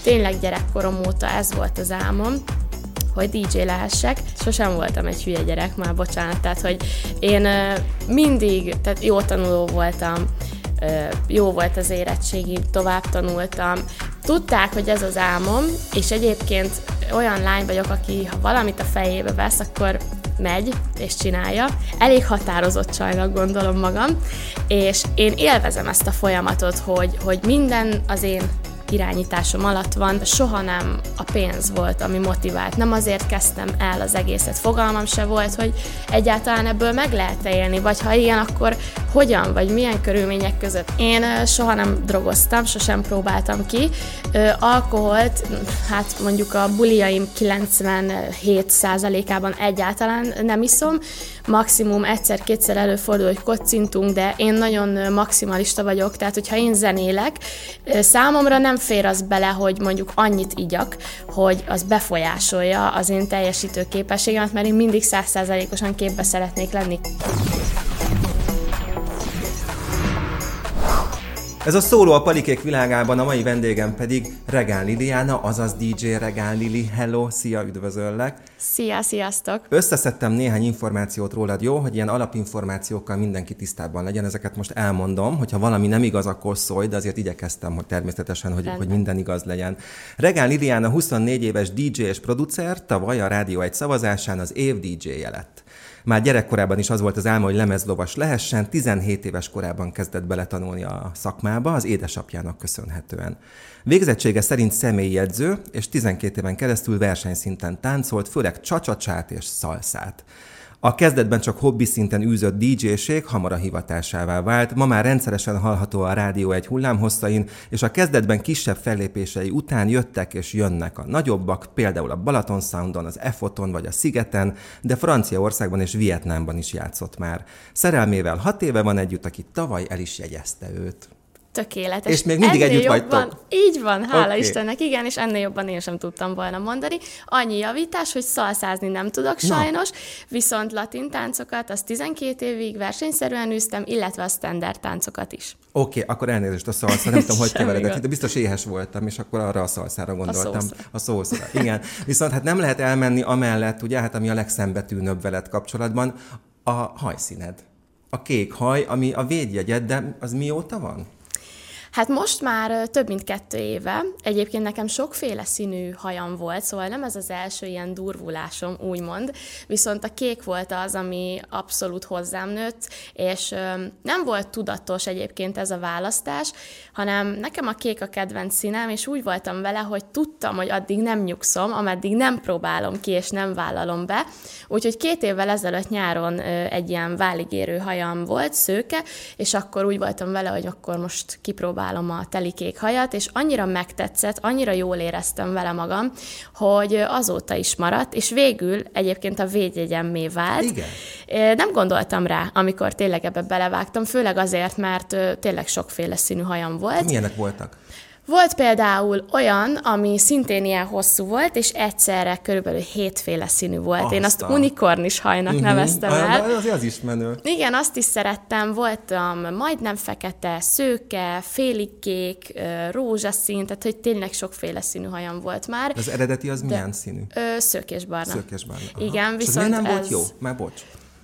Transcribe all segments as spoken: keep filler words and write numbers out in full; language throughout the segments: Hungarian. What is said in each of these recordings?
tényleg gyerekkorom óta ez volt az álmom, hogy dé dzsé lehessek. Sosem voltam egy hülye gyerek, már bocsánat, tehát hogy én mindig, tehát jó tanuló voltam, jó volt az érettségi, tovább tanultam. Tudták, hogy ez az álmom, és egyébként olyan lány vagyok, aki ha valamit a fejébe vesz, akkor megy és csinálja. Elég határozott csajnak gondolom magam, és én élvezem ezt a folyamatot, hogy, hogy minden az én irányításom alatt van. Soha nem a pénz volt, ami motivált. Nem azért kezdtem el az egészet. Fogalmam se volt, hogy egyáltalán ebből meg lehet élni, vagy ha igen, akkor hogyan, vagy milyen körülmények között. Én soha nem drogoztam, sosem próbáltam ki. Alkoholt, hát mondjuk a buliaim kilencvenhét százalékában egyáltalán nem iszom. Maximum egyszer-kétszer előfordul, hogy kocintunk, de én nagyon maximalista vagyok, tehát hogyha én zenélek, számomra nem fér az bele, hogy mondjuk annyit igyak, hogy az befolyásolja az én teljesítő képességemet, mert én mindig száz százalékosan képbe szeretnék lenni. Ez a Szóló a Palikék világában, a mai vendégem pedig Regán Liliana, azaz dé dzsé Regán Lili. Hello, szia, üdvözöllek! Szia, sziasztok! Összeszedtem néhány információt rólad, jó, hogy ilyen alapinformációkkal mindenki tisztában legyen, ezeket most elmondom, hogyha valami nem igaz, akkor szólj, de azért igyekeztem, hogy természetesen, hogy, hogy minden igaz legyen. Regán Liliana huszonnégy éves dé dzsé és producer, tavaly a Rádió egy szavazásán az év dé dzséje lett. Már gyerekkorában is az volt az álma, hogy lemezlovas lehessen, tizenhét éves korában kezdett beletanulni a szakmába, az édesapjának köszönhetően. Végzettsége szerint személyi edző, és tizenkét éven keresztül versenyszinten táncolt, főleg csa-csa-csát és szalszát. A kezdetben csak hobbi szinten űzött dé dzséség hamar a hivatásává vált, ma már rendszeresen hallható a Rádió egy hullámhosszain, és a kezdetben kisebb fellépései után jöttek és jönnek a nagyobbak, például a Balaton Soundon, az Efoton vagy a Szigeten, de Franciaországban és Vietnámban is játszott már. Szerelmével hat éve van együtt, aki tavaly el is jegyezte őt. Tökéletes. És még mindig ennél együtt jobban, vagytok. Így van, hála Okay. Istennek, igen, és ennél jobban én sem tudtam volna mondani. Annyi javítás, hogy szalszázni nem tudok sajnos, no. Viszont latin táncokat, az tizenkét évig versenyszerűen űztem, illetve a standard táncokat is. Oké, okay, akkor elnézést a szalszá, nem tudom, hogy keveredett, de biztos éhes voltam, és akkor arra a szalszára gondoltam. A szószra. Igen. Viszont hát nem lehet elmenni amellett, ugye, hát ami a legszembetűnőbb veled kapcsolatban, a hajszíned. A kék haj, ami a védjegyed, de az mióta van? Hát most már több mint kettő éve. Egyébként nekem sokféle színű hajam volt, szóval nem ez az első ilyen durvulásom, úgymond. Viszont a kék volt az, ami abszolút hozzám nőtt, és nem volt tudatos egyébként ez a választás, hanem nekem a kék a kedvenc színem, és úgy voltam vele, hogy tudtam, hogy addig nem nyugszom, ameddig nem próbálom ki, és nem vállalom be. Úgyhogy két évvel ezelőtt nyáron egy ilyen váligérő hajam volt, szőke, és akkor úgy voltam vele, hogy akkor most kipróbálom a telikék hajat, és annyira megtetszett, annyira jól éreztem vele magam, hogy azóta is maradt, és végül egyébként a védjegyemmé vált. Igen. Nem gondoltam rá, amikor tényleg ebbe belevágtam, főleg azért, mert tényleg sokféle színű hajam volt. Milyenek voltak? Volt például olyan, ami szintén ilyen hosszú volt, és egyszerre körülbelül hétféle színű volt. Aztán. Én azt unikornis hajnak uh-huh. neveztem el. Az, az is menő. Igen, azt is szerettem. Voltam majdnem fekete, szőke, félig kék, rózsaszín, tehát hogy tényleg sokféle színű hajam volt már. Az eredeti az milyen De, színű? Ö, szőkésbarna. Szőkésbarna. Igen, és viszont nem ez... volt jó? Már bocs.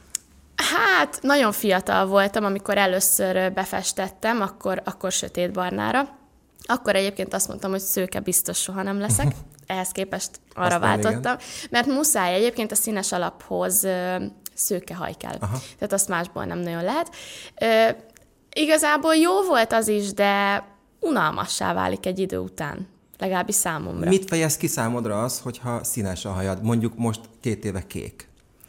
Hát, nagyon fiatal voltam, amikor először befestettem, akkor, akkor sötétbarnára. Akkor egyébként azt mondtam, hogy szőke biztos soha nem leszek. Ehhez képest arra aztán váltottam. Igen. Mert muszáj egyébként a színes alaphoz szőke haj kell. Aha. Tehát azt másból nem nagyon lehet. Ö, igazából jó volt az is, de unalmassá válik egy idő után. Legalábbis számomra. Mit fejez ki számodra az, hogyha színes a hajad? Mondjuk most két éve kék.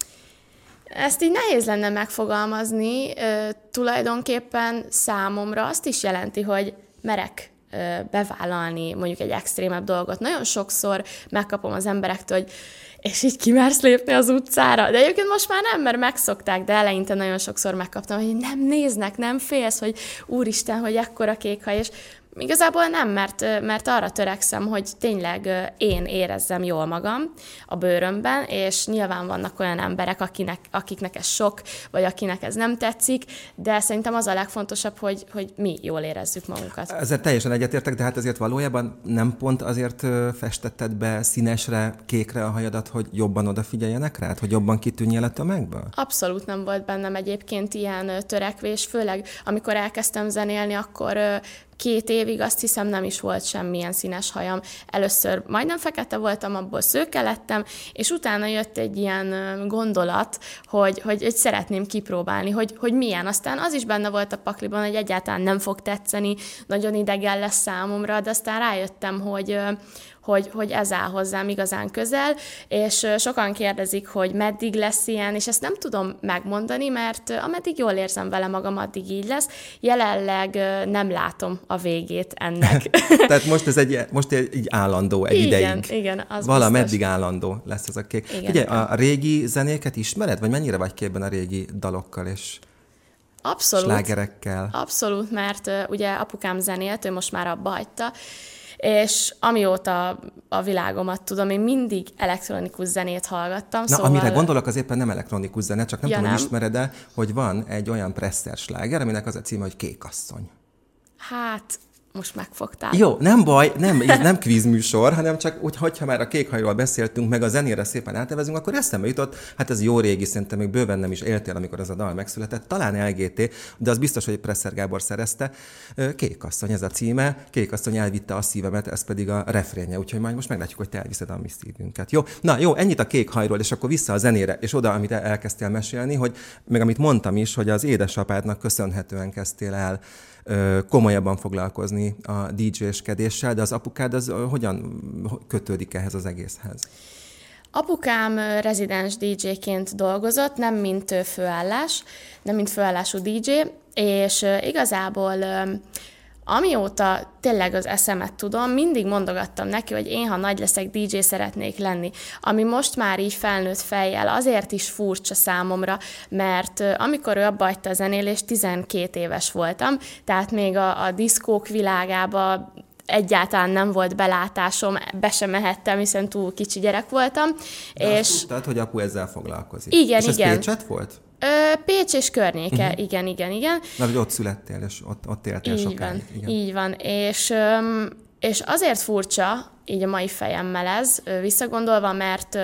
Ezt így nehéz lenne megfogalmazni. Ö, tulajdonképpen számomra azt is jelenti, hogy merek bevállalni mondjuk egy extrémebb dolgot. Nagyon sokszor megkapom az emberektől, hogy és így kimersz lépni az utcára. De egyébként most már nem, mert megszokták, de eleinte nagyon sokszor megkaptam, hogy nem néznek, nem félsz, hogy úristen, hogy ekkora kék haj, és Igazából nem, mert, mert arra törekszem, hogy tényleg én érezzem jól magam a bőrömben, és nyilván vannak olyan emberek, akinek, akiknek ez sok, vagy akinek ez nem tetszik, de szerintem az a legfontosabb, hogy, hogy mi jól érezzük magunkat. Ezzel teljesen egyetértek, de hát azért valójában nem pont azért festetted be színesre, kékre a hajadat, hogy jobban odafigyeljenek rád, hogy jobban kitűnjél a tömegből? Abszolút nem volt bennem egyébként ilyen törekvés, főleg amikor elkezdtem zenélni, akkor két évig azt hiszem nem is volt semmilyen színes hajam. Először majdnem fekete voltam, abból szőke lettem, és utána jött egy ilyen gondolat, hogy, hogy, hogy szeretném kipróbálni, hogy, hogy milyen. Aztán az is benne volt a pakliban, hogy egyáltalán nem fog tetszeni, nagyon idegen lesz számomra, de aztán rájöttem, hogy, hogy, hogy ez áll hozzám igazán közel, és sokan kérdezik, hogy meddig lesz ilyen, és ezt nem tudom megmondani, mert ameddig jól érzem vele magam, addig így lesz. Jelenleg nem látom a végét ennek. Tehát most ez egy, most egy állandó, egy igen, ideig. Igen, az valameddig állandó lesz ez a kék. Igen, Ugye, igen. A régi zenéket ismered? Vagy mennyire vagy képben a régi dalokkal és abszolút, slágerekkel? Abszolút, mert uh, ugye apukám zenélt, ő most már abba hagyta, és amióta a világomat tudom, én mindig elektronikus zenét hallgattam. Na, szóval... amire gondolok, az éppen nem elektronikus zene, csak nem ja, tudom, nem? hogy ismered-e, hogy van egy olyan presser sláger, aminek az a címe, hogy Kékasszony. Hát, most megfogtál. Jó, nem baj, nem, ez nem kvízműsor, hanem csak úgy, hogyha már a kékhajról beszéltünk, meg a zenére szépen átevezünk, akkor eszembe jutott, hát ez jó régi, szerintem még bőven nem is éltél, amikor ez a dal megszületett, talán el gé té, de az biztos, hogy Presser Gábor szerezte. Kékasszony, ez a címe, Kékasszony elvitte a szívemet, ez pedig a refrénje, úgyhogy majd most meglátjuk, hogy te elviszed a mi szívünket. Jó, na jó, ennyit a kékhajról, és akkor vissza a zenére, és oda, amit elkezdtél mesélni, hogy meg amit mondtam is, hogy az édesapádnak köszönhetően kezdtél el komolyabban foglalkozni a dé dzséskedéssel, de az apukád az hogyan kötődik ehhez az egészhez? Apukám rezidens dé dzséként dolgozott, nem mint főállás, nem mint főállású dé dzsé, és igazából amióta tényleg az eszemet tudom, mindig mondogattam neki, hogy én, ha nagy leszek, dé dzsé szeretnék lenni. Ami most már így felnőtt fejjel azért is furcsa számomra, mert amikor ő abba hagyta a zenélést, tizenkét éves voltam, tehát még a, a diszkók világába egyáltalán nem volt belátásom, be sem mehettem, hiszen túl kicsi gyerek voltam. De és azt tudtad, hogy apu ezzel foglalkozik. Igen, és igen. ez Pécset volt? Ö, Pécs és környéke, uh-huh. igen, igen, igen. Na, hogy ott születtél, és ott, ott éltél így sokáig. Van, igen. Így van, és, és azért furcsa, így a mai fejemmel ez, visszagondolva, mert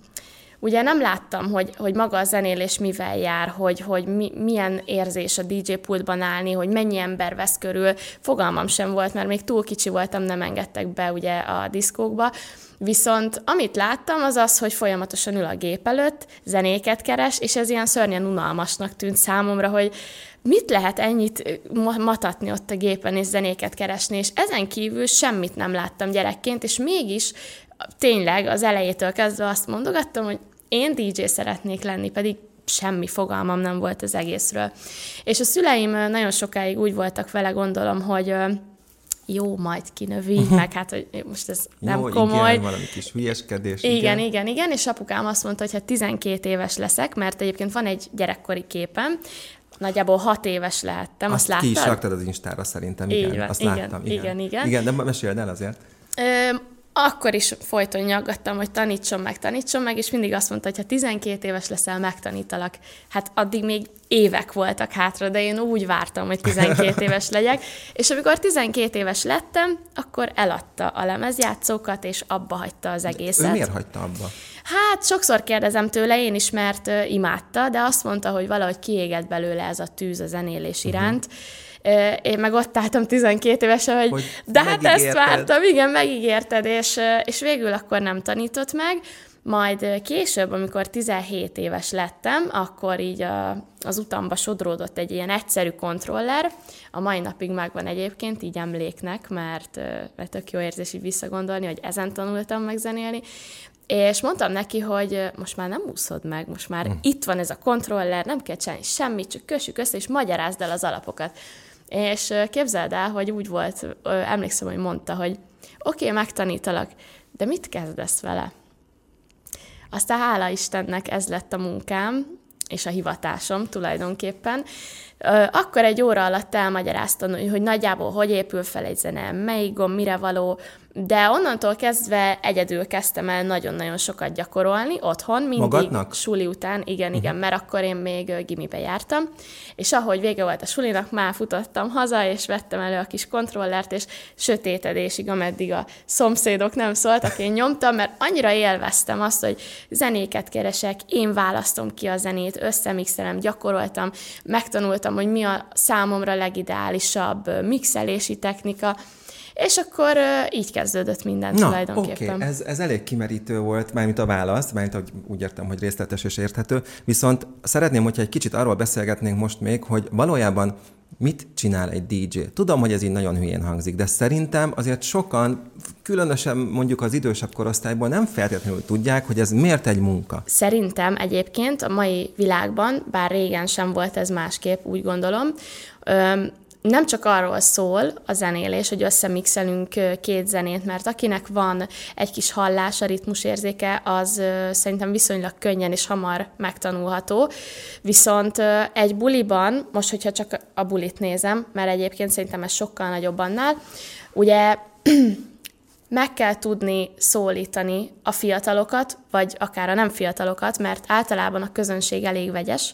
ugye nem láttam, hogy, hogy maga a zenélés mivel jár, hogy, hogy mi, milyen érzés a dé dzsé pultban állni, hogy mennyi ember vesz körül. Fogalmam sem volt, mert még túl kicsi voltam, nem engedtek be ugye a diszkókba. Viszont amit láttam, az az, hogy folyamatosan ül a gép előtt, zenéket keres, és ez ilyen szörnyen unalmasnak tűnt számomra, hogy mit lehet ennyit matatni ott a gépen és zenéket keresni, és ezen kívül semmit nem láttam gyerekként, és mégis tényleg az elejétől kezdve azt mondogattam, hogy én dé dzsé szeretnék lenni, pedig semmi fogalmam nem volt az egészről. És a szüleim nagyon sokáig úgy voltak vele, gondolom, hogy jó, majd kinövi, meg hát, hogy most ez nem jó, komoly. Igen, valami kis hülyeskedés. Igen, igen, igen, igen, és apukám azt mondta, hogy ha tizenkét éves leszek, mert egyébként van egy gyerekkori képem, nagyjából hat éves lehettem, azt, azt láttad? Ki is láttad? raktad az Instára szerintem, igen, van, azt igen, láttam. Igen, igen, igen. Igen, de meséld el azért. Ö, Akkor is folyton nyaggattam, hogy tanítson meg, tanítson meg, és mindig azt mondta, hogy ha tizenkét éves leszel, megtanítalak. Hát addig még évek voltak hátra, de én úgy vártam, hogy tizenkét éves legyek. És amikor tizenkét éves lettem, akkor eladta a lemezjátszókat, és abba hagyta az egészet. Ő miért hagyta abba? Hát sokszor kérdezem tőle, én is, mert uh, imádta, de azt mondta, hogy valahogy kiégett belőle ez a tűz a zenélés iránt. Uh-huh. Én meg ott álltam tizenkét évesen, hogy, hogy de hát ezt vártam, igen, megígérted, és, és végül akkor nem tanított meg. Majd később, amikor tizenhét éves lettem, akkor így a, az utamba sodródott egy ilyen egyszerű kontroller. A mai napig megvan egyébként, így emléknek, mert, mert tök jó érzés így visszagondolni, hogy ezen tanultam meg zenélni. És mondtam neki, hogy most már nem úszod meg, most már mm. itt van ez a kontroller, nem kell csinálni semmit, csak kössük össze, és magyarázd el az alapokat. És képzeld el, hogy úgy volt, emlékszem, hogy mondta, hogy oké, okay, megtanítalak, de mit kezdesz vele? Aztán hála Istennek ez lett a munkám, és a hivatásom tulajdonképpen. Akkor egy óra alatt elmagyaráztam, hogy nagyjából hogy épül fel egy zene, melyik gomb, mire való, de onnantól kezdve egyedül kezdtem el nagyon-nagyon sokat gyakorolni, otthon, mindig Magadnak? Suli után, igen, igen, uh-huh. mert akkor én még gimibe jártam, és ahogy vége volt a sulinak, már futottam haza, és vettem elő a kis kontrollert, és sötétedésig, ameddig a szomszédok nem szóltak, én nyomtam, mert annyira élveztem azt, hogy zenéket keresek, én választom ki a zenét, összemixelem, gyakoroltam, megtanultam, hogy mi a számomra legideálisabb mixelési technika, és akkor uh, így kezdődött minden Na, tulajdonképpen. Oké, ez, ez elég kimerítő volt, mármint a válasz, mármint hogy úgy értem, hogy részletes és érthető, viszont szeretném, hogyha egy kicsit arról beszélgetnénk most még, hogy valójában mit csinál egy dé dzsé? Tudom, hogy ez így nagyon hülyén hangzik, de szerintem azért sokan, különösen mondjuk az idősebb korosztályból nem feltétlenül tudják, hogy ez miért egy munka. Szerintem egyébként a mai világban, bár régen sem volt ez másképp, úgy gondolom, öm, nem csak arról szól a zenélés, hogy összemixelünk két zenét, mert akinek van egy kis hallás, a ritmusérzéke, az szerintem viszonylag könnyen és hamar megtanulható. Viszont egy buliban, most hogyha csak a bulit nézem, mert egyébként szerintem ez sokkal nagyobb annál, ugye meg kell tudni szólítani a fiatalokat, vagy akár a nem fiatalokat, mert általában a közönség elég vegyes,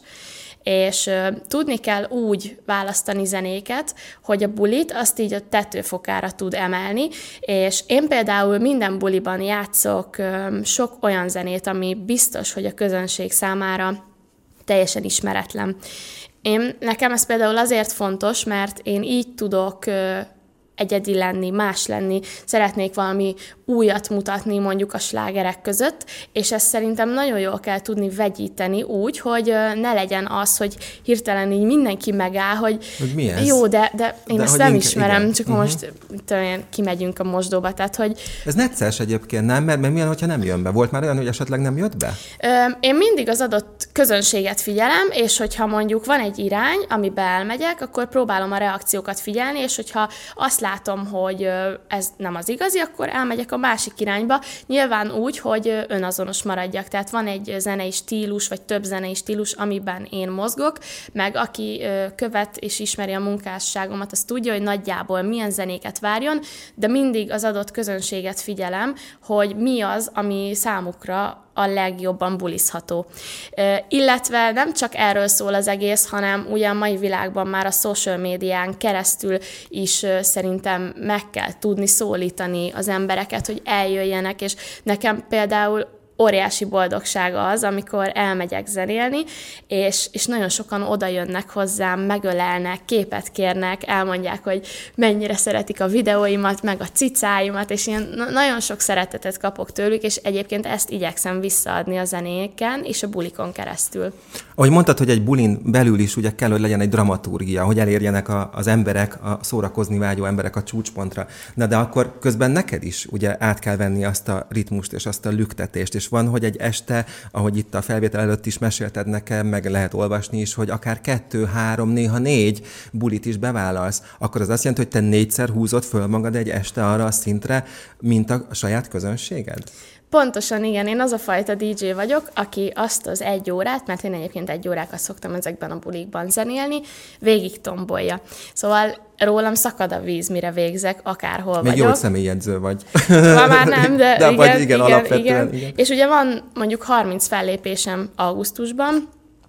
és uh, tudni kell úgy választani zenéket, hogy a bulit azt így a tetőfokára tud emelni, és én például minden buliban játszok um, sok olyan zenét, ami biztos, hogy a közönség számára teljesen ismeretlen. Én, nekem ez például azért fontos, mert én így tudok uh, egyedi lenni, más lenni, szeretnék valami újat mutatni mondjuk a slágerek között, és ezt szerintem nagyon jól kell tudni vegyíteni úgy, hogy ne legyen az, hogy hirtelen így mindenki megáll, hogy, hogy mi ez? Jó, de, de én de ezt nem inkább, ismerem, igen. csak uh-huh. most tudom, kimegyünk a mosdóba, tehát hogy... Ez necces egyébként, nem? Mert, mert milyen, hogyha nem jön be? Volt már olyan, hogy esetleg nem jött be? Ö, én mindig az adott közönséget figyelem, és hogyha mondjuk van egy irány, amibe elmegyek, akkor próbálom a reakciókat figyelni, és hogyha azt látom, hogy ez nem az igazi, akkor elmegyek a másik irányba. Nyilván úgy, hogy önazonos maradjak. Tehát van egy zenei stílus, vagy több zenei stílus, amiben én mozgok, meg aki követ és ismeri a munkásságomat, az tudja, hogy nagyjából milyen zenéket várjon, de mindig az adott közönséget figyelem, hogy mi az, ami számukra a legjobban bulizható. E, illetve nem csak erről szól az egész, hanem ugye a mai világban már a social médián keresztül is e, szerintem meg kell tudni szólítani az embereket, hogy eljöjjenek, és nekem például óriási boldogság az, amikor elmegyek zenélni, és, és nagyon sokan oda jönnek hozzám, megölelnek, képet kérnek, elmondják, hogy mennyire szeretik a videóimat, meg a cicáimat, és ilyen nagyon sok szeretetet kapok tőlük, és egyébként ezt igyekszem visszaadni a zenéken és a bulikon keresztül. Ahogy mondtad, hogy egy bulin belül is ugye kell, hogy legyen egy dramaturgia, hogy elérjenek a, az emberek, a szórakozni vágyó emberek a csúcspontra. Na de akkor közben neked is ugye át kell venni azt a ritmust és azt a lüktetést, és van, hogy egy este, ahogy itt a felvétel előtt is mesélted nekem, meg lehet olvasni is, hogy akár kettő, három, néha négy bulit is bevállalsz, akkor az azt jelenti, hogy te négyszer húzod föl magad egy este arra a szintre, mint a saját közönséged? Pontosan, igen. Én az a fajta dé dzsé vagyok, aki azt az egy órát, mert én egyébként egy órákat szoktam ezekben a bulikban zenélni, végig tombolja. Szóval rólam szakad a víz, mire végzek, akárhol Még vagyok. Még jó személyjegyző vagy. Ma már nem, de, de igen, vagy, igen, igen, igen. igen. És ugye van mondjuk harminc fellépésem augusztusban,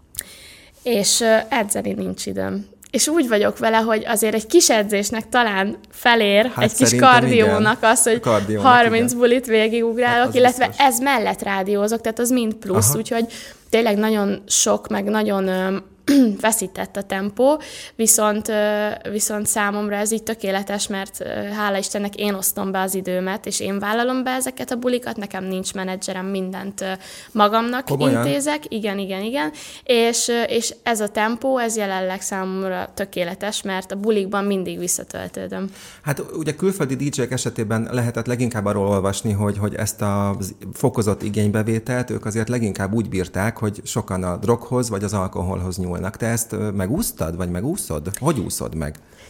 és edzeni nincs időm. És úgy vagyok vele, hogy azért egy kis edzésnek talán felér, hát egy kis kardiónak igen. az, hogy harminc igen. bulit végigugrálok, hát illetve biztos. Ez mellett rádiózok, tehát az mind plusz, aha. úgyhogy tényleg nagyon sok, meg nagyon feszített a tempó, viszont, viszont számomra ez így tökéletes, mert hála Istennek én osztom be az időmet, és én vállalom be ezeket a bulikat, nekem nincs menedzserem, mindent magamnak komolyan? Intézek, igen, igen, igen, és, és ez a tempó, ez jelenleg számomra tökéletes, mert a bulikban mindig visszatöltődöm. Hát ugye külföldi dé dzsék esetében lehetett leginkább arról olvasni, hogy, hogy ezt a fokozott igénybevételt ők azért leginkább úgy bírták, hogy sokan a droghoz vagy az alkoholhoz nyúlnak. szólnak. Te ezt megúsztad, vagy megúszod? Hogy úszod meg?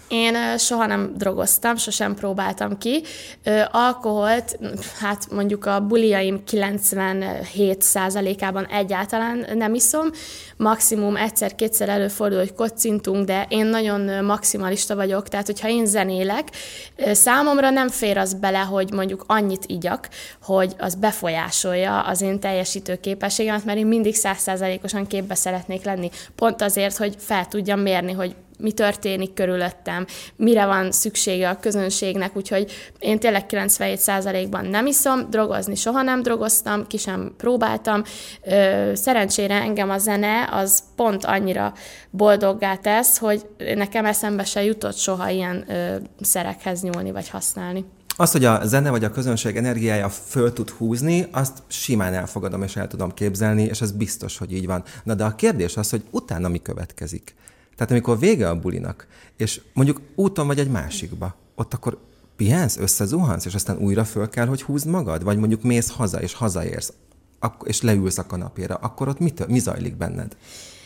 Én soha nem drogoztam, sosem próbáltam ki. Alkoholt, hát mondjuk a buliaim kilencvenhét százalékában egyáltalán nem iszom. Maximum egyszer-kétszer előfordul, hogy kocintunk, de én nagyon maximalista vagyok, tehát hogyha én zenélek, számomra nem fér az bele, hogy mondjuk annyit igyak, hogy az befolyásolja az én teljesítő képességemet, mert én mindig száz százalékosan képbe szeretnék lenni. Pont azért, hogy fel tudjam mérni, hogy mi történik körülöttem, mire van szüksége a közönségnek, úgyhogy én tényleg kilencvenhét százalékban nem iszom, drogozni soha nem drogoztam, ki sem próbáltam. Szerencsére engem a zene az pont annyira boldoggá tesz, hogy nekem eszembe se jutott soha ilyen szerekhez nyúlni vagy használni. Azt, hogy a zene vagy a közönség energiája föl tud húzni, azt simán elfogadom és el tudom képzelni, és ez biztos, hogy így van. Na de a kérdés az, hogy utána mi következik. Tehát amikor vége a bulinak, és mondjuk úton vagy egy másikba, ott akkor pihensz, összezuhansz, és aztán újra föl kell, hogy húzd magad? Vagy mondjuk mész haza, és hazaérsz, és leülsz a kanapéra, akkor ott mi, tő, mi zajlik benned?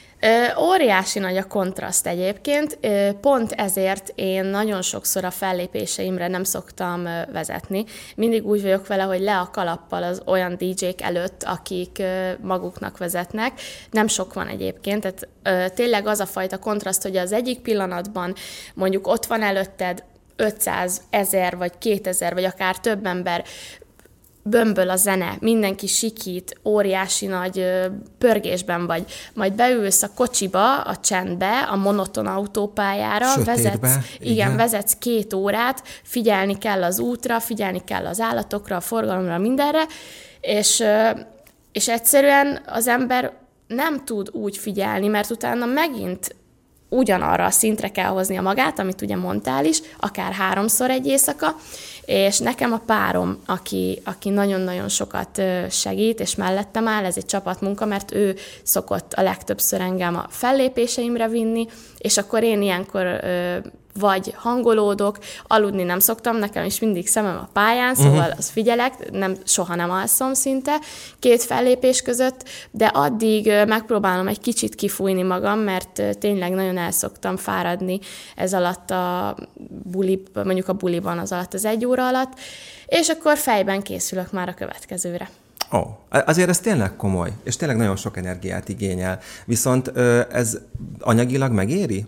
Ö, óriási nagy a kontraszt egyébként, ö, pont ezért én nagyon sokszor a fellépéseimre nem szoktam ö, vezetni. Mindig úgy vagyok vele, hogy le a kalappal az olyan dé dzsék előtt, akik ö, maguknak vezetnek. Nem sok van egyébként, tehát ö, tényleg az a fajta kontraszt, hogy az egyik pillanatban mondjuk ott van előtted ötszáz, ezer vagy kétezer, vagy akár több ember, bömböl a zene, mindenki sikít, óriási nagy ö, pörgésben vagy, majd beülsz a kocsiba, a csendbe, a monoton autópályára, Sötétbe, vezetsz, igen, igen, vezetsz két órát, figyelni kell az útra, figyelni kell az állatokra, a forgalomra, mindenre, és, ö, és egyszerűen az ember nem tud úgy figyelni, mert utána megint ugyanarra a szintre kell hoznia magát, amit ugye mondtál is, akár háromszor egy éjszaka, és nekem a párom, aki, aki nagyon-nagyon sokat segít, és mellettem áll, ez egy csapatmunka, mert ő szokott a legtöbbször engem a fellépéseimre vinni, és akkor én ilyenkor vagy hangolódok, aludni nem szoktam, nekem is mindig szemem a pályán, szóval uh-huh. azt figyelek, nem, soha nem alszom szinte két fellépés között, de addig megpróbálom egy kicsit kifújni magam, mert tényleg nagyon el szoktam fáradni ez alatt a buli, mondjuk a buliban az alatt az egy óra alatt, és akkor fejben készülök már a következőre. Ó, oh, azért ez tényleg komoly, és tényleg nagyon sok energiát igényel. Viszont ez anyagilag megéri?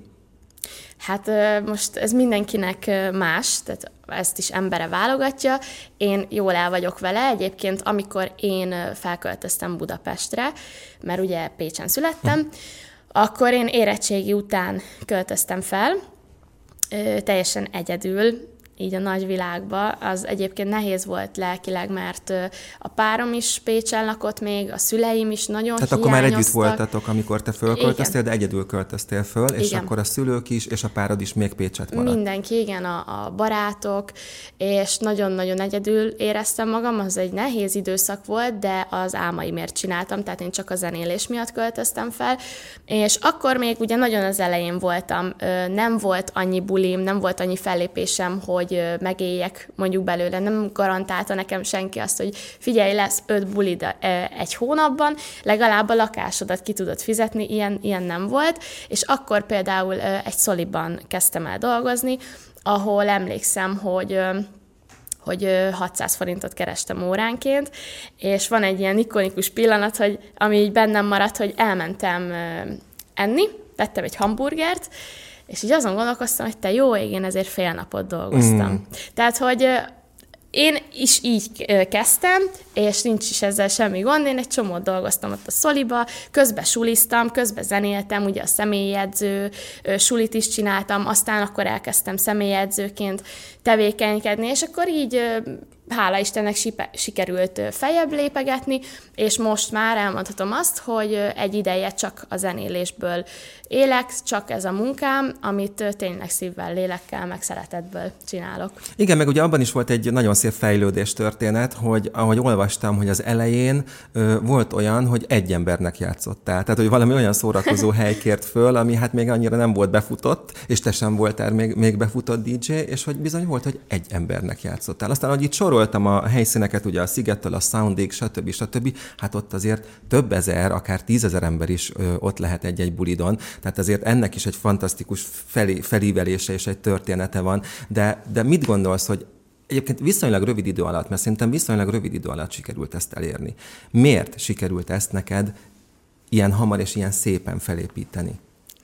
Hát most ez mindenkinek más, tehát ezt is embere válogatja. Én jól el vagyok vele. Egyébként, amikor én felköltöztem Budapestre, mert ugye Pécsen születtem, hm. akkor én érettségi után költöztem fel, teljesen egyedül, így a nagyvilágba. Az egyébként nehéz volt lelkileg, mert a párom is Pécsen lakott még, a szüleim is nagyon Tehát hiányoztak. akkor már együtt voltatok, amikor te fölköltöztél, igen. de egyedül költöztél föl, és igen. akkor a szülők is, és a párod is még Pécset maradt. Mindenki, igen, a, a barátok, és nagyon-nagyon egyedül éreztem magam, az egy nehéz időszak volt, de az álmaimért csináltam, tehát én csak a zenélés miatt költöztem fel, és akkor még ugye nagyon az elején voltam, nem volt annyi bulim, nem volt annyi fellépésem, hogy hogy megéljek mondjuk belőle. Nem garantálta nekem senki azt, hogy figyelj, lesz öt bulid egy hónapban, legalább a lakásodat ki tudod fizetni, ilyen, ilyen nem volt. És akkor például egy szoliban kezdtem el dolgozni, ahol emlékszem, hogy hogy hatszáz forintot kerestem óránként, és van egy ilyen ikonikus pillanat, hogy, ami így bennem maradt, hogy elmentem enni, vettem egy hamburgert, és így azon gondolkoztam, hogy te jó ég, én ezért fél napot dolgoztam. Mm. Tehát, hogy én is így kezdtem, és nincs is ezzel semmi gond, én egy csomót dolgoztam ott a szoliba, közben suliztam, közben zenéltem, ugye a személyjegyző sulit is csináltam, aztán akkor elkezdtem személyjegyzőként tevékenykedni, és akkor így hála Istennek sikerült feljebb lépegetni, és most már elmondhatom azt, hogy egy ideje csak a zenélésből élek, csak ez a munkám, amit tényleg szívvel, lélekkel, meg szeretetből csinálok. Igen, meg ugye abban is volt egy nagyon szép fejlődés történet, hogy ahogy olvastam, hogy az elején ö, volt olyan, hogy egy embernek játszottál. Tehát, hogy valami olyan szórakozó hely kért föl, ami hát még annyira nem volt befutott, és te sem voltál még, még befutott dé dzsé, és hogy bizony volt, hogy egy embernek játszottál. Aztán, hogy itt sorol soroltam a helyszíneket, ugye a Szigettől, a Soundig, stb. stb. Hát ott azért több ezer, akár tízezer ember is ö, ott lehet egy-egy bulidon, tehát azért ennek is egy fantasztikus felé, felívelése és egy története van, de, de mit gondolsz, hogy egyébként viszonylag rövid idő alatt, mert szerintem viszonylag rövid idő alatt sikerült ezt elérni. Miért sikerült ezt neked ilyen hamar és ilyen szépen felépíteni?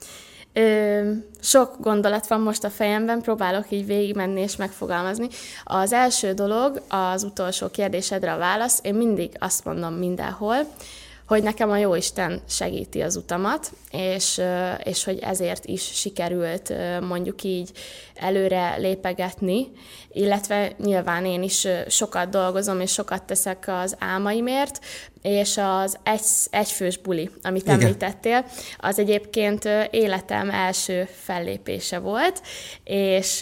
Ö, sok gondolat van most a fejemben, próbálok így végigmenni és megfogalmazni. Az első dolog, az utolsó kérdésedre a válasz, én mindig azt mondom mindenhol, hogy nekem a Jóisten segíti az utamat, és, és hogy ezért is sikerült mondjuk így előre lépegetni, illetve nyilván én is sokat dolgozom, és sokat teszek az álmaimért, és az egy, egyfős buli, amit Igen. említettél, az egyébként életem első fellépése volt, és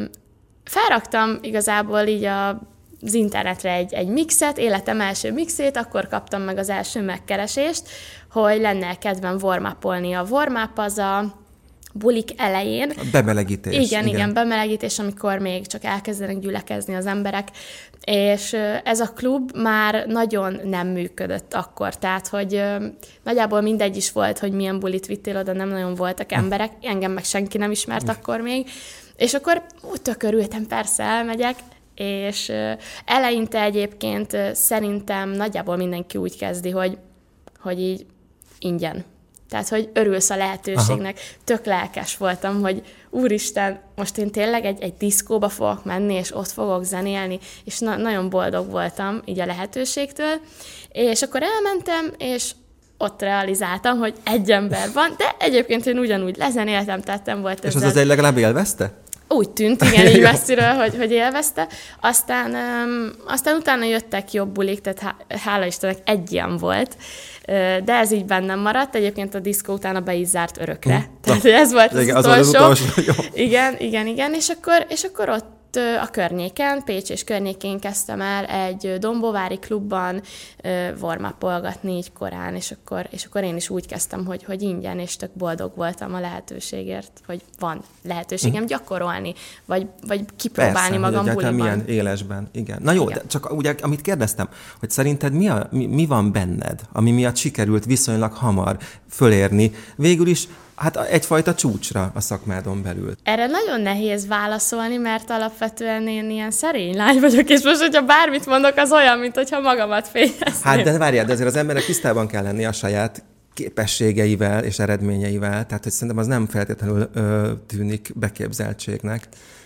felraktam igazából így a az internetre egy, egy mixet, életem első mixét, akkor kaptam meg az első megkeresést, hogy lenne kedvem warm-upolni. A warm-up az a bulik elején. A bemelegítés. Igen, igen, igen, bemelegítés, amikor még csak elkezdenek gyülekezni az emberek. És ez a klub már nagyon nem működött akkor, tehát, hogy nagyjából mindegy is volt, hogy milyen bulit vittél oda, nem nagyon voltak emberek, engem meg senki nem ismert akkor még. És akkor úgy tök örültem, persze elmegyek, és eleinte egyébként szerintem nagyjából mindenki úgy kezdi, hogy, hogy így ingyen. Tehát, hogy örülsz a lehetőségnek. Aha. Tök lelkes voltam, hogy úristen, most én tényleg egy, egy diszkóba fogok menni, és ott fogok zenélni, és na- nagyon boldog voltam így a lehetőségtől. És akkor elmentem, és ott realizáltam, hogy egy ember van, de egyébként én ugyanúgy lezenéltem, tehát nem volt ezzel... És az az egy legalább élvezte? Úgy tűnt, igen, így messziről, hogy, hogy élvezte. Aztán, um, aztán utána jöttek jobb bulik, tehát há- hála Istennek egy ilyen volt, de ez így bennem maradt. Egyébként a diszkó utána be is zárt örökre. Hmm. Tehát Na, ez volt az, igen, utolsó. Az, az utolsó. Igen, igen, igen, és akkor, és akkor ott a környéken, Pécs és környékén kezdtem el egy dombóvári klubban warm-upolgatni így korán, és akkor, és akkor én is úgy kezdtem, hogy, hogy ingyen, és tök boldog voltam a lehetőségért, hogy van lehetőségem gyakorolni, vagy, vagy kipróbálni Persze, magam buliban. milyen élesben, igen. Na jó, igen. De csak ugye, amit kérdeztem, hogy szerinted mi, a, mi, mi van benned, ami miatt sikerült viszonylag hamar fölérni, végül is hát egyfajta csúcsra a szakmádon belül. Erre nagyon nehéz válaszolni, mert alapvetően én ilyen szerény lány vagyok, és most, hogyha bármit mondok, az olyan, mint hogyha magamat félrezném. Hát de várjál, de azért az emberek tisztában kell lenni a saját képességeivel és eredményeivel, tehát hogy szerintem az nem feltétlenül ö, tűnik beképzeltségnek.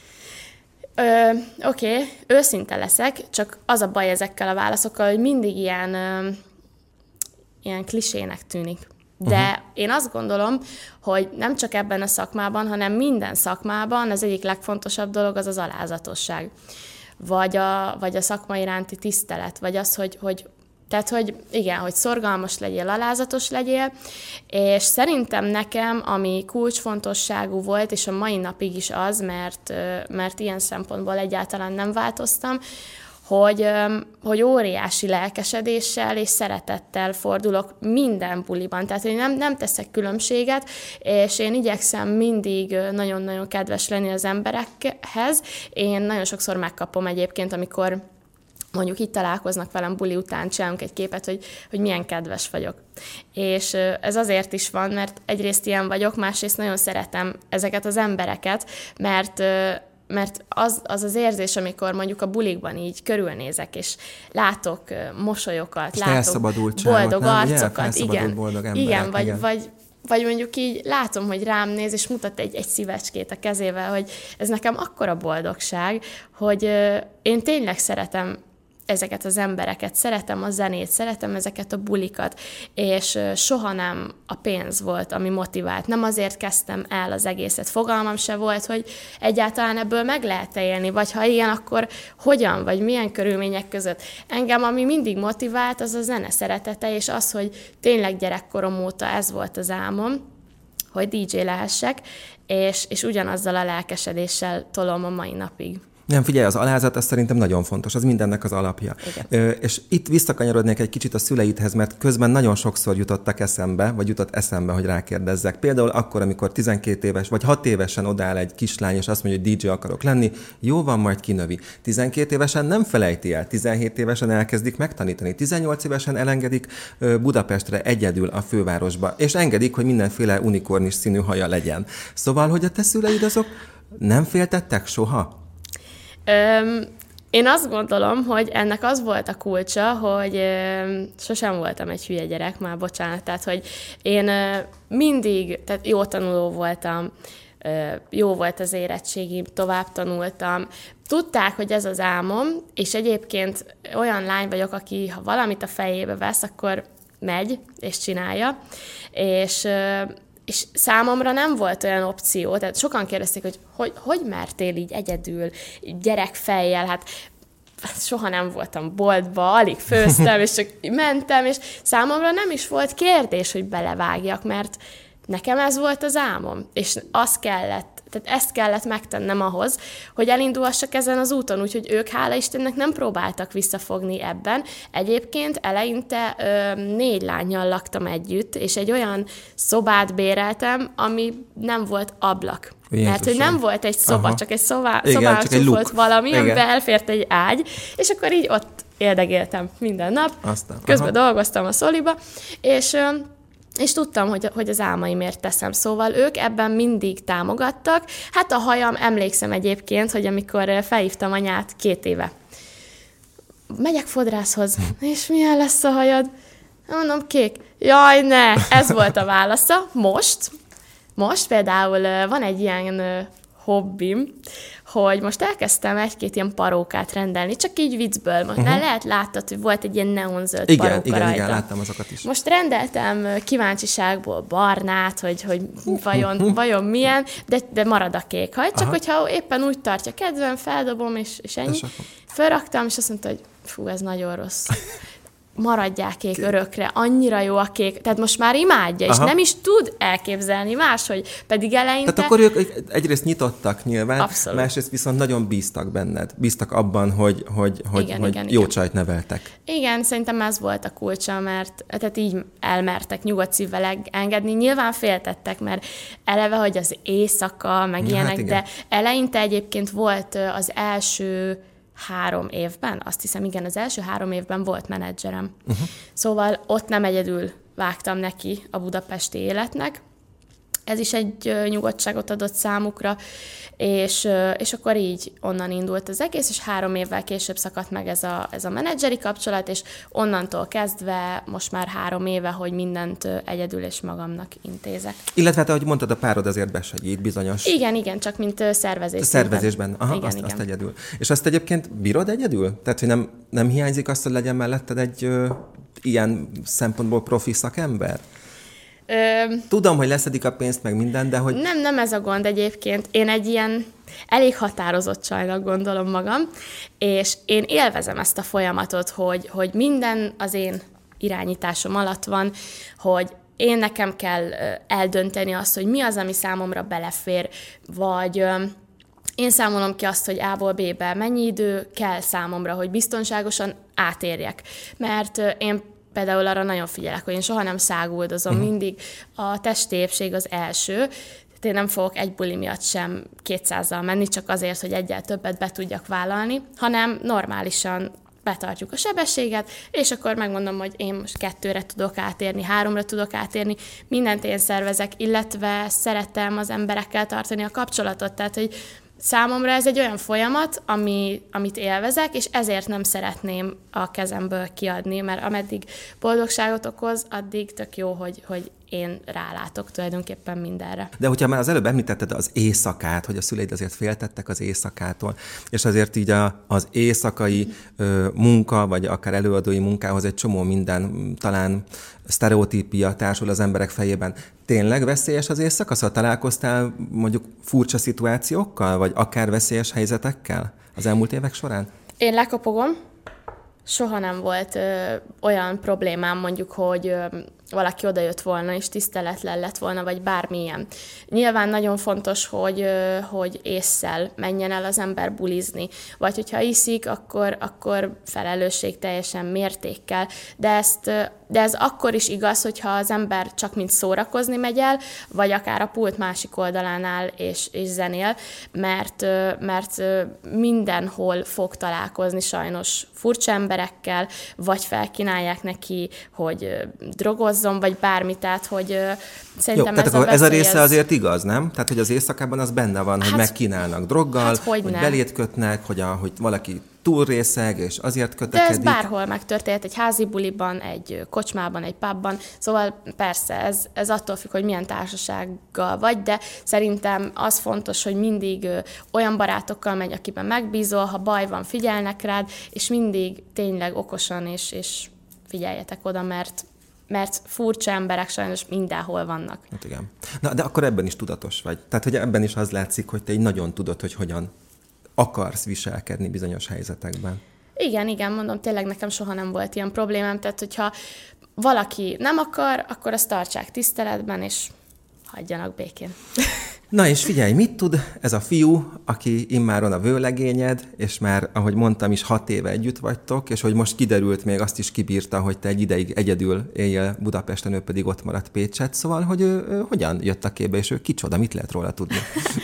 Oké, okay. Őszinte leszek, csak az a baj ezekkel a válaszokkal, hogy mindig ilyen, ö, ilyen klisének tűnik. De uh-huh. én azt gondolom, hogy nem csak ebben a szakmában, hanem minden szakmában az egyik legfontosabb dolog az az alázatosság. Vagy a, vagy a szakma iránti tisztelet, vagy az, hogy, hogy tehát, hogy igen, hogy szorgalmas legyél, alázatos legyél, és szerintem nekem, ami kulcsfontosságú volt, és a mai napig is az, mert, mert ilyen szempontból egyáltalán nem változtam, hogy, hogy óriási lelkesedéssel és szeretettel fordulok minden buliban. Tehát, hogy nem, nem teszek különbséget, és én igyekszem mindig nagyon-nagyon kedves lenni az emberekhez. Én nagyon sokszor megkapom egyébként, amikor mondjuk itt találkoznak velem buli után, csinálunk egy képet, hogy, hogy milyen kedves vagyok. És ez azért is van, mert egyrészt ilyen vagyok, másrészt nagyon szeretem ezeket az embereket, mert mert az, az az érzés, amikor mondjuk a bulikban így körülnézek, és látok mosolyokat, és látok boldog nem? arcokat, igen, boldog emberek, igen, vagy, igen. Vagy, vagy mondjuk így látom, hogy rám néz, és mutat egy, egy szívecskét a kezével, hogy ez nekem akkora boldogság, hogy én tényleg szeretem ezeket az embereket, szeretem a zenét, szeretem ezeket a bulikat, és soha nem a pénz volt, ami motivált. Nem azért kezdtem el az egészet. Fogalmam se volt, hogy egyáltalán ebből meg lehet élni, vagy ha igen, akkor hogyan, vagy milyen körülmények között. Engem, ami mindig motivált, az a zene szeretete, és az, hogy tényleg gyerekkorom óta ez volt az álmom, hogy dé dzsé lehessek, és, és ugyanazzal a lelkesedéssel tolom a mai napig. Nem, figyelj, az alázat az szerintem nagyon fontos, az mindennek az alapja. Ö, és itt visszakanyarodnék egy kicsit a szüleidhez, mert közben nagyon sokszor jutottak eszembe, vagy jutott eszembe, hogy rákérdezzek. Például akkor, amikor tizenkét éves, vagy hat évesen odáll egy kislány, és azt mondja, hogy dé dzsé akarok lenni, jó van, majd kinövi. tizenkét évesen nem felejti el, tizenhét évesen elkezdik megtanítani, tizennyolc évesen elengedik Budapestre egyedül a fővárosba, és engedik, hogy mindenféle unikornis színű haja legyen. Szóval, hogy a te szüleid azok nem féltettek soha? Öm, én azt gondolom, hogy ennek az volt a kulcsa, hogy öm, sosem voltam egy hülye gyerek, már bocsánat, tehát, hogy én ö, mindig, tehát jó tanuló voltam, ö, jó volt az érettségim, tovább tanultam, tudták, hogy ez az álmom, és egyébként olyan lány vagyok, aki ha valamit a fejébe vesz, akkor megy, és csinálja, és ö, és számomra nem volt olyan opció, tehát sokan kérdezték, hogy hogy, hogy mertél így egyedül, gyerekfejjel, hát soha nem voltam boltba, alig főztem, és csak mentem, és számomra nem is volt kérdés, hogy belevágjak, mert nekem ez volt az álmom, és az kellett, tehát ezt kellett megtennem ahhoz, hogy elindulhassak ezen az úton, úgyhogy ők, hála Istennek, nem próbáltak visszafogni ebben. Egyébként eleinte ö, négy lánnyal laktam együtt, és egy olyan szobát béreltem, ami nem volt ablak. Jézusom. Mert hogy nem volt egy szoba, Aha. csak egy szobá, szobában volt valami, Igen. amiben elfért egy ágy, és akkor így ott érdegéltem minden nap. Aztán, Közben Aha. dolgoztam a szoliba, és... Ö, és tudtam, hogy, hogy az álmaimért teszem. Szóval ők ebben mindig támogattak. Hát a hajam, emlékszem egyébként, hogy amikor felhívtam anyát két éve. Megyek fodrászhoz, és milyen lesz a hajad? Mondom, kék. Jaj, ne! Ez volt a válasza. Most, most például van egy ilyen hobbim, hogy most elkezdtem egy-két ilyen parókát rendelni, csak így viccből. Most uh-huh. lehet láttad, hogy volt egy ilyen neonzöld igen, paróka igen, rajta. Igen, láttam azokat is. Most rendeltem kíváncsiságból barnát, hogy, hogy vajon, vajon milyen, de, de marad a kék haj. Csak Aha. hogyha éppen úgy tartja kedvem, feldobom, és, és ennyi. Fölraktam, és azt mondta, hogy fú, ez nagyon rossz. Maradják kék örökre, annyira jó a kék, tehát most már imádja, Aha. és nem is tud elképzelni máshogy, pedig eleinte... Tehát akkor ők egyrészt nyitottak nyilván, Abszolút. Másrészt viszont nagyon bíztak benned, bíztak abban, hogy, hogy, hogy, igen, hogy igen, jó igen. csajt neveltek. Igen, szerintem ez volt a kulcsa, mert tehát így elmertek nyugodt szívvel engedni, nyilván féltettek, mert eleve, hogy az éjszaka, meg ja, ilyenek, hát de eleinte egyébként volt az első három évben, azt hiszem, igen, az első három évben volt menedzserem. Uh-huh. Szóval ott nem egyedül vágtam neki a budapesti életnek. Ez is egy nyugodtságot adott számukra, és, és akkor így onnan indult az egész, és három évvel később szakadt meg ez a, ez a menedzseri kapcsolat, és onnantól kezdve most már három éve, hogy mindent egyedül és magamnak intézek. Illetve, hát, ahogy mondtad, a párod azért besegít bizonyos... Igen, igen, csak mint szervezés. A szervezésben, aha, igen, azt, igen. azt egyedül. És azt egyébként bírod egyedül? Tehát, hogy nem, nem hiányzik azt, hogy legyen melletted egy ö, ilyen szempontból profi szakember? Ö, Tudom, hogy leszedik a pénzt, meg minden, de hogy... Nem, nem ez a gond egyébként. Én egy ilyen elég határozott csajnak gondolom magam, és én élvezem ezt a folyamatot, hogy, hogy minden az én irányításom alatt van, hogy én nekem kell eldönteni azt, hogy mi az, ami számomra belefér, vagy... Én számolom ki azt, hogy A-ból B-be mennyi idő kell számomra, hogy biztonságosan átérjek. Mert én például arra nagyon figyelek, hogy én soha nem száguldozom, uh-huh. mindig a testi épség az első, tehát én nem fogok egy buli miatt sem kétszázzal menni, csak azért, hogy egyel többet be tudjak vállalni, hanem normálisan betartjuk a sebességet, és akkor megmondom, hogy én most kettőre tudok átérni, háromra tudok átérni, mindent én szervezek, illetve szeretem az emberekkel tartani a kapcsolatot, tehát, hogy számomra ez egy olyan folyamat, ami, amit élvezek, és ezért nem szeretném a kezemből kiadni, mert ameddig boldogságot okoz, addig tök jó, hogy, hogy én rálátok tulajdonképpen mindenre. De hogyha már az előbb említetted az éjszakát, hogy a szüleid azért féltettek az éjszakától, és azért így a, az éjszakai ö, munka, vagy akár előadói munkához egy csomó minden, talán sztereotípia társul az emberek fejében. Tényleg veszélyes az éjszaka? Szóval találkoztál mondjuk furcsa szituációkkal, vagy akár veszélyes helyzetekkel az elmúlt évek során? Én lekopogom. Soha nem volt ö, olyan problémám mondjuk, hogy, ö, valaki odajött volna, és tiszteletlen lett volna, vagy bármilyen. Nyilván nagyon fontos, hogy, hogy ésszel menjen el az ember bulizni, vagy hogyha iszik, akkor, akkor felelősség teljesen mértékkel, de, ezt, de ez akkor is igaz, hogyha az ember csak mint szórakozni megy el, vagy akár a pult másik oldalán áll és, és zenél, mert, mert mindenhol fog találkozni sajnos furcsa emberekkel, vagy felkínálják neki, hogy drogozzon, vagy bármi, tehát hogy szerintem Jó, ez, tehát a ez a része ez... azért igaz, nem? Tehát, hogy az éjszakában az benne van, hát, hogy megkínálnak droggal, hát, hogy, hogy belét kötnek, hogy, a, hogy valaki túl részeg, és azért kötekedik. De ez bárhol megtörtént, egy házi buliban, egy kocsmában, egy pubban, szóval persze ez, ez attól függ, hogy milyen társasággal vagy, de szerintem az fontos, hogy mindig olyan barátokkal megy, akiben megbízol, ha baj van, figyelnek rád, és mindig tényleg okosan, és, és figyeljetek oda, mert mert furcsa emberek sajnos mindenhol vannak. Hát igen. Na, de akkor ebben is tudatos vagy. Tehát, hogy ebben is az látszik, hogy te így nagyon tudod, hogy hogyan akarsz viselkedni bizonyos helyzetekben. Igen, igen, mondom, tényleg nekem soha nem volt ilyen problémám, tehát hogyha valaki nem akar, akkor azt tartsák tiszteletben, és hagyjanak békén. Na és figyelj, mit tud ez a fiú, aki immáron a vőlegényed, és már, ahogy mondtam is, hat éve együtt vagytok, és hogy most kiderült, még azt is kibírta, hogy te egy ideig egyedül éljél Budapesten, ő pedig ott maradt Pécset, szóval, hogy ő, ő hogyan jött a képbe, és ő kicsoda, mit lehet róla tudni?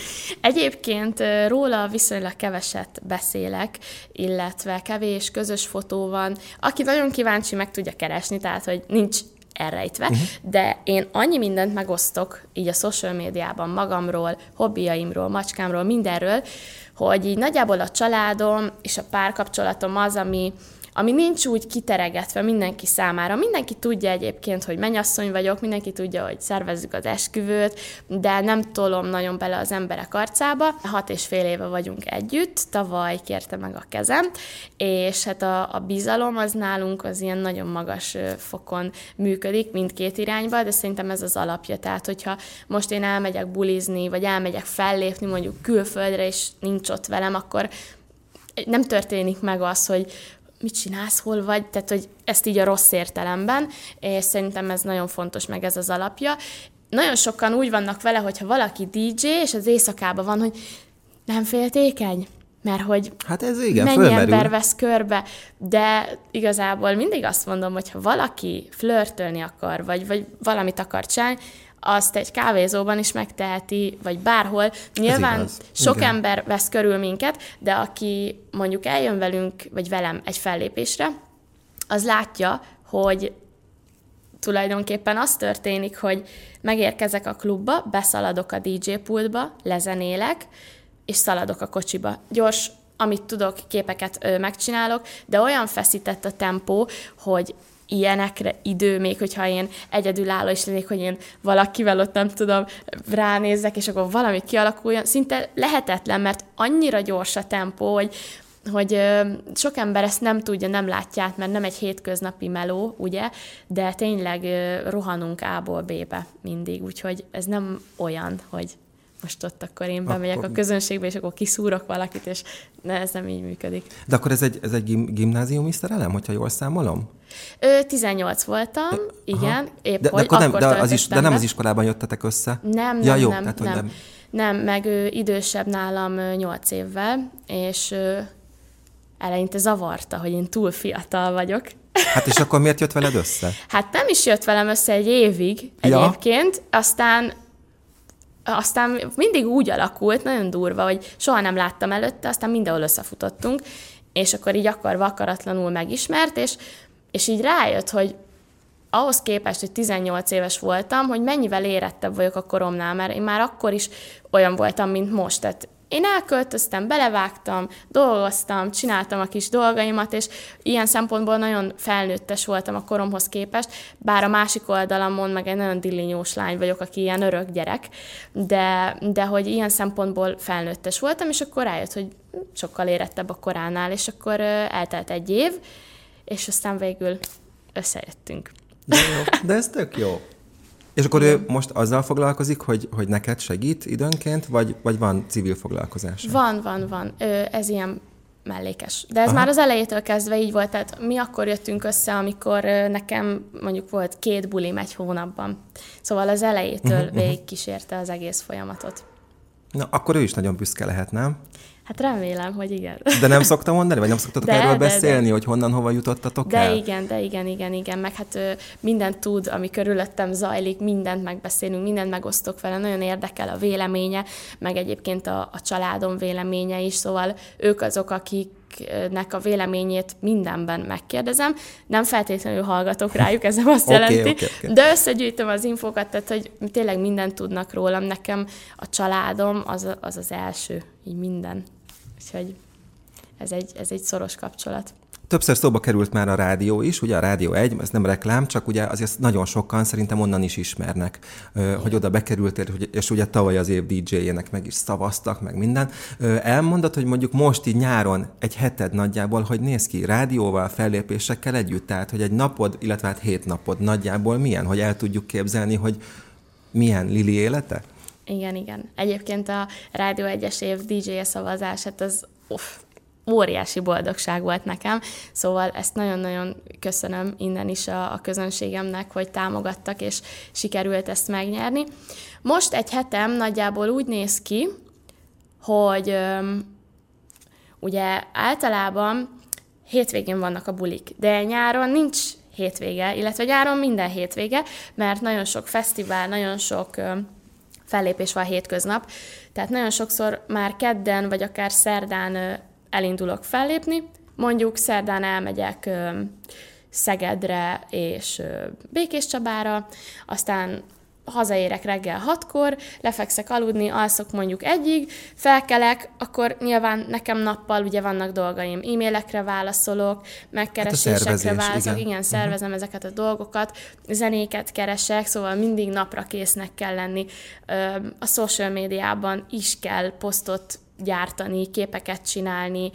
Egyébként róla viszonylag keveset beszélek, illetve kevés közös fotó van. Aki nagyon kíváncsi, meg tudja keresni, tehát, hogy nincs elrejtve, uh-huh. de én annyi mindent megosztok így a social médiában magamról, hobbiaimról, macskámról, mindenről, hogy így nagyjából a családom és a párkapcsolatom az, ami, ami nincs úgy kiteregetve mindenki számára. Mindenki tudja egyébként, hogy mennyasszony vagyok, mindenki tudja, hogy szervezzük az esküvőt, de nem tolom nagyon bele az emberek arcába. Hat és fél éve vagyunk együtt, tavaly kérte meg a kezem, és hát a, a bizalom az nálunk az ilyen nagyon magas fokon működik mindkét irányba, de szerintem ez az alapja. Tehát, hogyha most én elmegyek bulizni, vagy elmegyek fellépni mondjuk külföldre, és nincs ott velem, akkor nem történik meg az, hogy mit csinálsz, hol vagy, tehát, hogy ezt így a rossz értelemben, és szerintem ez nagyon fontos, meg ez az alapja. Nagyon sokan úgy vannak vele, hogyha valaki dé dzsé, és az éjszakában van, hogy nem féltékeny, mert hogy hát ez igen, mennyi fölmerül. ember vesz körbe, de igazából mindig azt mondom, hogy ha valaki flörtölni akar, vagy, vagy valamit akar csinálni, azt egy kávézóban is megteheti, vagy bárhol. Nyilván sok igen. ember vesz körül minket, de aki mondjuk eljön velünk, vagy velem egy fellépésre, az látja, hogy tulajdonképpen az történik, hogy megérkezek a klubba, beszaladok a dé dzsé pultba, lezenélek, és szaladok a kocsiba. Gyors, amit tudok, képeket ö, megcsinálok, de olyan feszített a tempó, hogy ilyenekre idő, még hogyha én egyedülálló is lennék, hogy én valakivel ott nem tudom, ránézzek, és akkor valami kialakuljon. Szinte lehetetlen, mert annyira gyors a tempó, hogy, hogy ö, sok ember ezt nem tudja, nem látják, mert nem egy hétköznapi meló, ugye, de tényleg ö, rohanunk A-ból B-be mindig, úgyhogy ez nem olyan, hogy most ott akkor én bemegyek akkor... a közönségbe, és akkor kiszúrok valakit, és ne, ez nem így működik. De akkor ez egy, ez egy gim- gimnáziumi szerelem, hogyha jól számolom? Ö, tizennyolc voltam, igen, aha. épp de, hogy de akkor nem, de, az is, de nem be. az iskolában jöttetek össze? Nem, ja, nem, jó, nem, tehát, nem. nem. Nem, meg ő idősebb nálam nyolc évvel, és ö, eleinte zavarta, hogy én túl fiatal vagyok. Hát és akkor miért jött veled össze? Hát nem is jött velem össze egy évig ja. egyébként, aztán Aztán mindig úgy alakult, nagyon durva, hogy soha nem láttam előtte, aztán mindenhol összefutottunk, és akkor így akarva akaratlanul megismert, és, és így rájött, hogy ahhoz képest, hogy tizennyolc éves voltam, hogy mennyivel érettebb vagyok a koromnál, mert én már akkor is olyan voltam, mint most. Tehát én elköltöztem, belevágtam, dolgoztam, csináltam a kis dolgaimat, és ilyen szempontból nagyon felnőttes voltam a koromhoz képest, bár a másik oldalamon meg egy nagyon dillinyós lány vagyok, aki ilyen örök gyerek, de, de hogy ilyen szempontból felnőttes voltam, és akkor rájött, hogy sokkal érettebb a koránál, és akkor eltelt egy év, és aztán végül összejöttünk. De, jó, de ez tök jó. És akkor igen. ő most azzal foglalkozik, hogy, hogy neked segít időnként, vagy, vagy van civil foglalkozás? Van, van, van. Ez ilyen mellékes. De ez Aha. már az elejétől kezdve így volt, tehát mi akkor jöttünk össze, amikor nekem mondjuk volt két bulim egy hónapban. Szóval az elejétől uh-huh, végigkísérte az egész folyamatot. Na, akkor ő is nagyon büszke lehet, nem? Hát remélem, hogy igen. De nem szoktam mondani, vagy nem szoktatok de, erről de, beszélni, de. hogy honnan, hova jutottatok de el? De igen, de igen, igen, igen. Meg hát ö, mindent tud, ami körülöttem zajlik, mindent megbeszélünk, mindent megosztok vele, nagyon érdekel a véleménye, meg egyébként a, a családom véleménye is, szóval ők azok, akik nek a véleményét mindenben megkérdezem. Nem feltétlenül hallgatok rájuk, ez nem azt okay, jelenti, okay, okay. de összegyűjtöm az infókat, tehát hogy tényleg mindent tudnak rólam. Nekem a családom az az, az első, így minden. Úgyhogy ez egy, ez egy szoros kapcsolat. Többször szóba került már a rádió is, ugye a Rádió egy, ez nem reklám, csak ugye azért nagyon sokan szerintem onnan is ismernek, Igen. hogy oda bekerültél, és ugye tavaly az év dé dzsé-jének meg is szavaztak, meg minden. Elmondod, hogy mondjuk most így nyáron egy heted nagyjából, hogy néz ki rádióval, fellépésekkel együtt, tehát hogy egy napod, illetve hát hét napod nagyjából milyen, hogy el tudjuk képzelni, hogy milyen Lili élete? Igen, igen. Egyébként a Rádió egyes év dé dzsé szavazás, hát az uff, óriási boldogság volt nekem, szóval ezt nagyon-nagyon köszönöm innen is a, a közönségemnek, hogy támogattak, és sikerült ezt megnyerni. Most egy hetem nagyjából úgy néz ki, hogy öm, ugye általában hétvégén vannak a bulik, de nyáron nincs hétvége, illetve nyáron minden hétvége, mert nagyon sok fesztivál, nagyon sok öm, fellépés van hétköznap, tehát nagyon sokszor már kedden, vagy akár szerdán elindulok fellépni, mondjuk szerdán elmegyek ö, Szegedre és ö, Békéscsabára, aztán hazaérek reggel hatkor, lefekszek aludni, alszok mondjuk egyig, felkelek, akkor nyilván nekem nappal ugye vannak dolgaim, e-mailekre válaszolok, megkeresésekre hát válaszolok, igen, igen szervezem uh-huh. ezeket a dolgokat, zenéket keresek, szóval mindig napra késznek kell lenni. A social médiában is kell posztot gyártani, képeket csinálni,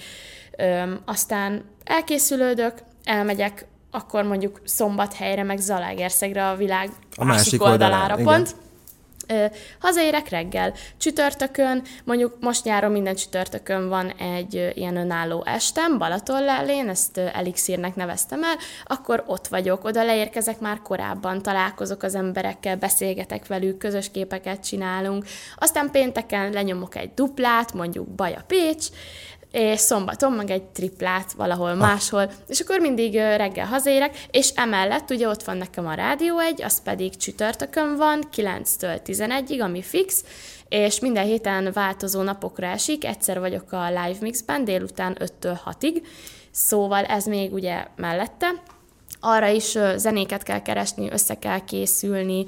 aztán elkészülődök, elmegyek akkor mondjuk Szombathelyre, meg Zalaegerszegre, a világ a másik, másik oldalára oldalán, pont. Ö, hazaérek reggel. Csütörtökön, mondjuk most nyáron minden csütörtökön van egy ö, ilyen önálló estem, Balatonlellén, ezt ö, Elixírnek neveztem el, akkor ott vagyok, oda leérkezek már korábban, találkozok az emberekkel, beszélgetek velük, közös képeket csinálunk, aztán pénteken lenyomok egy duplát, mondjuk Baja Pécs, és szombaton meg egy triplát valahol ah. máshol, és akkor mindig reggel hazaérek, és emellett ugye ott van nekem a Rádió egy, az pedig csütörtökön van, kilenctől tizenegyig, ami fix, és minden héten változó napokra esik, egyszer vagyok a Live Mixben, délután öttől hatig, szóval ez még ugye mellette. Arra is zenéket kell keresni, össze kell készülni,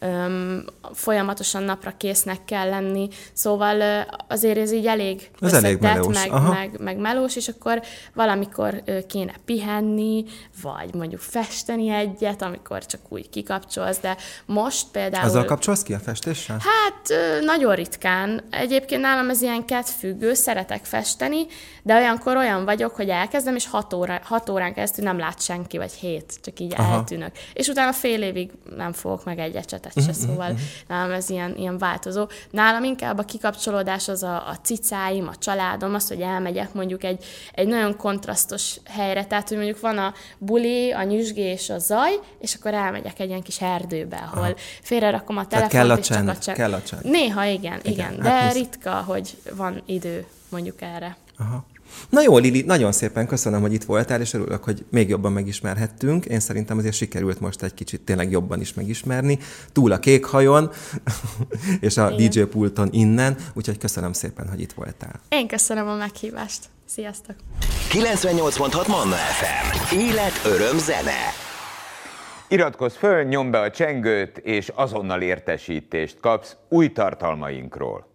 folyamatosan napra késznek kell lenni, szóval azért ez így elég ez összetett, elég meg, meg, meg melós, és akkor valamikor kéne pihenni, vagy mondjuk festeni egyet, amikor csak úgy kikapcsolsz, de most például... Azzal kapcsolsz ki a festéssel? Hát nagyon ritkán. Egyébként nálam ez ilyen kettfüggő, szeretek festeni, de olyankor olyan vagyok, hogy elkezdem, és hat, óra, hat órán keresztül nem lát senki, vagy hét. Csak így Aha. eltűnök. És utána fél évig nem fogok meg egy ecsetet se, uh-huh, szóval uh-huh. nálam ez ilyen, ilyen változó. Nálam inkább a kikapcsolódás az a, a cicáim, a családom, az, hogy elmegyek mondjuk egy, egy nagyon kontrasztos helyre, tehát, hogy mondjuk van a buli, a nyüzsgé és a zaj, és akkor elmegyek egy ilyen kis erdőbe, ahol Aha. félrerakom a telefont, kell a és csend, csak a csend. Kell a csend. Néha igen, igen, igen. de hát ritka, hogy van idő mondjuk erre. Aha. Na jó, Lili, nagyon szépen köszönöm, hogy itt voltál, és örülök, hogy még jobban megismerhettünk. Én szerintem azért sikerült most egy kicsit tényleg jobban is megismerni, túl a kék hajon, és a Igen. dé dzsé pulton innen, úgyhogy köszönöm szépen, hogy itt voltál. Én köszönöm a meghívást. Sziasztok! kilencvennyolc pont hat Manna ef em. Élet, öröm, zene. Iratkozz föl, nyomd be a csengőt, és azonnal értesítést kapsz új tartalmainkról.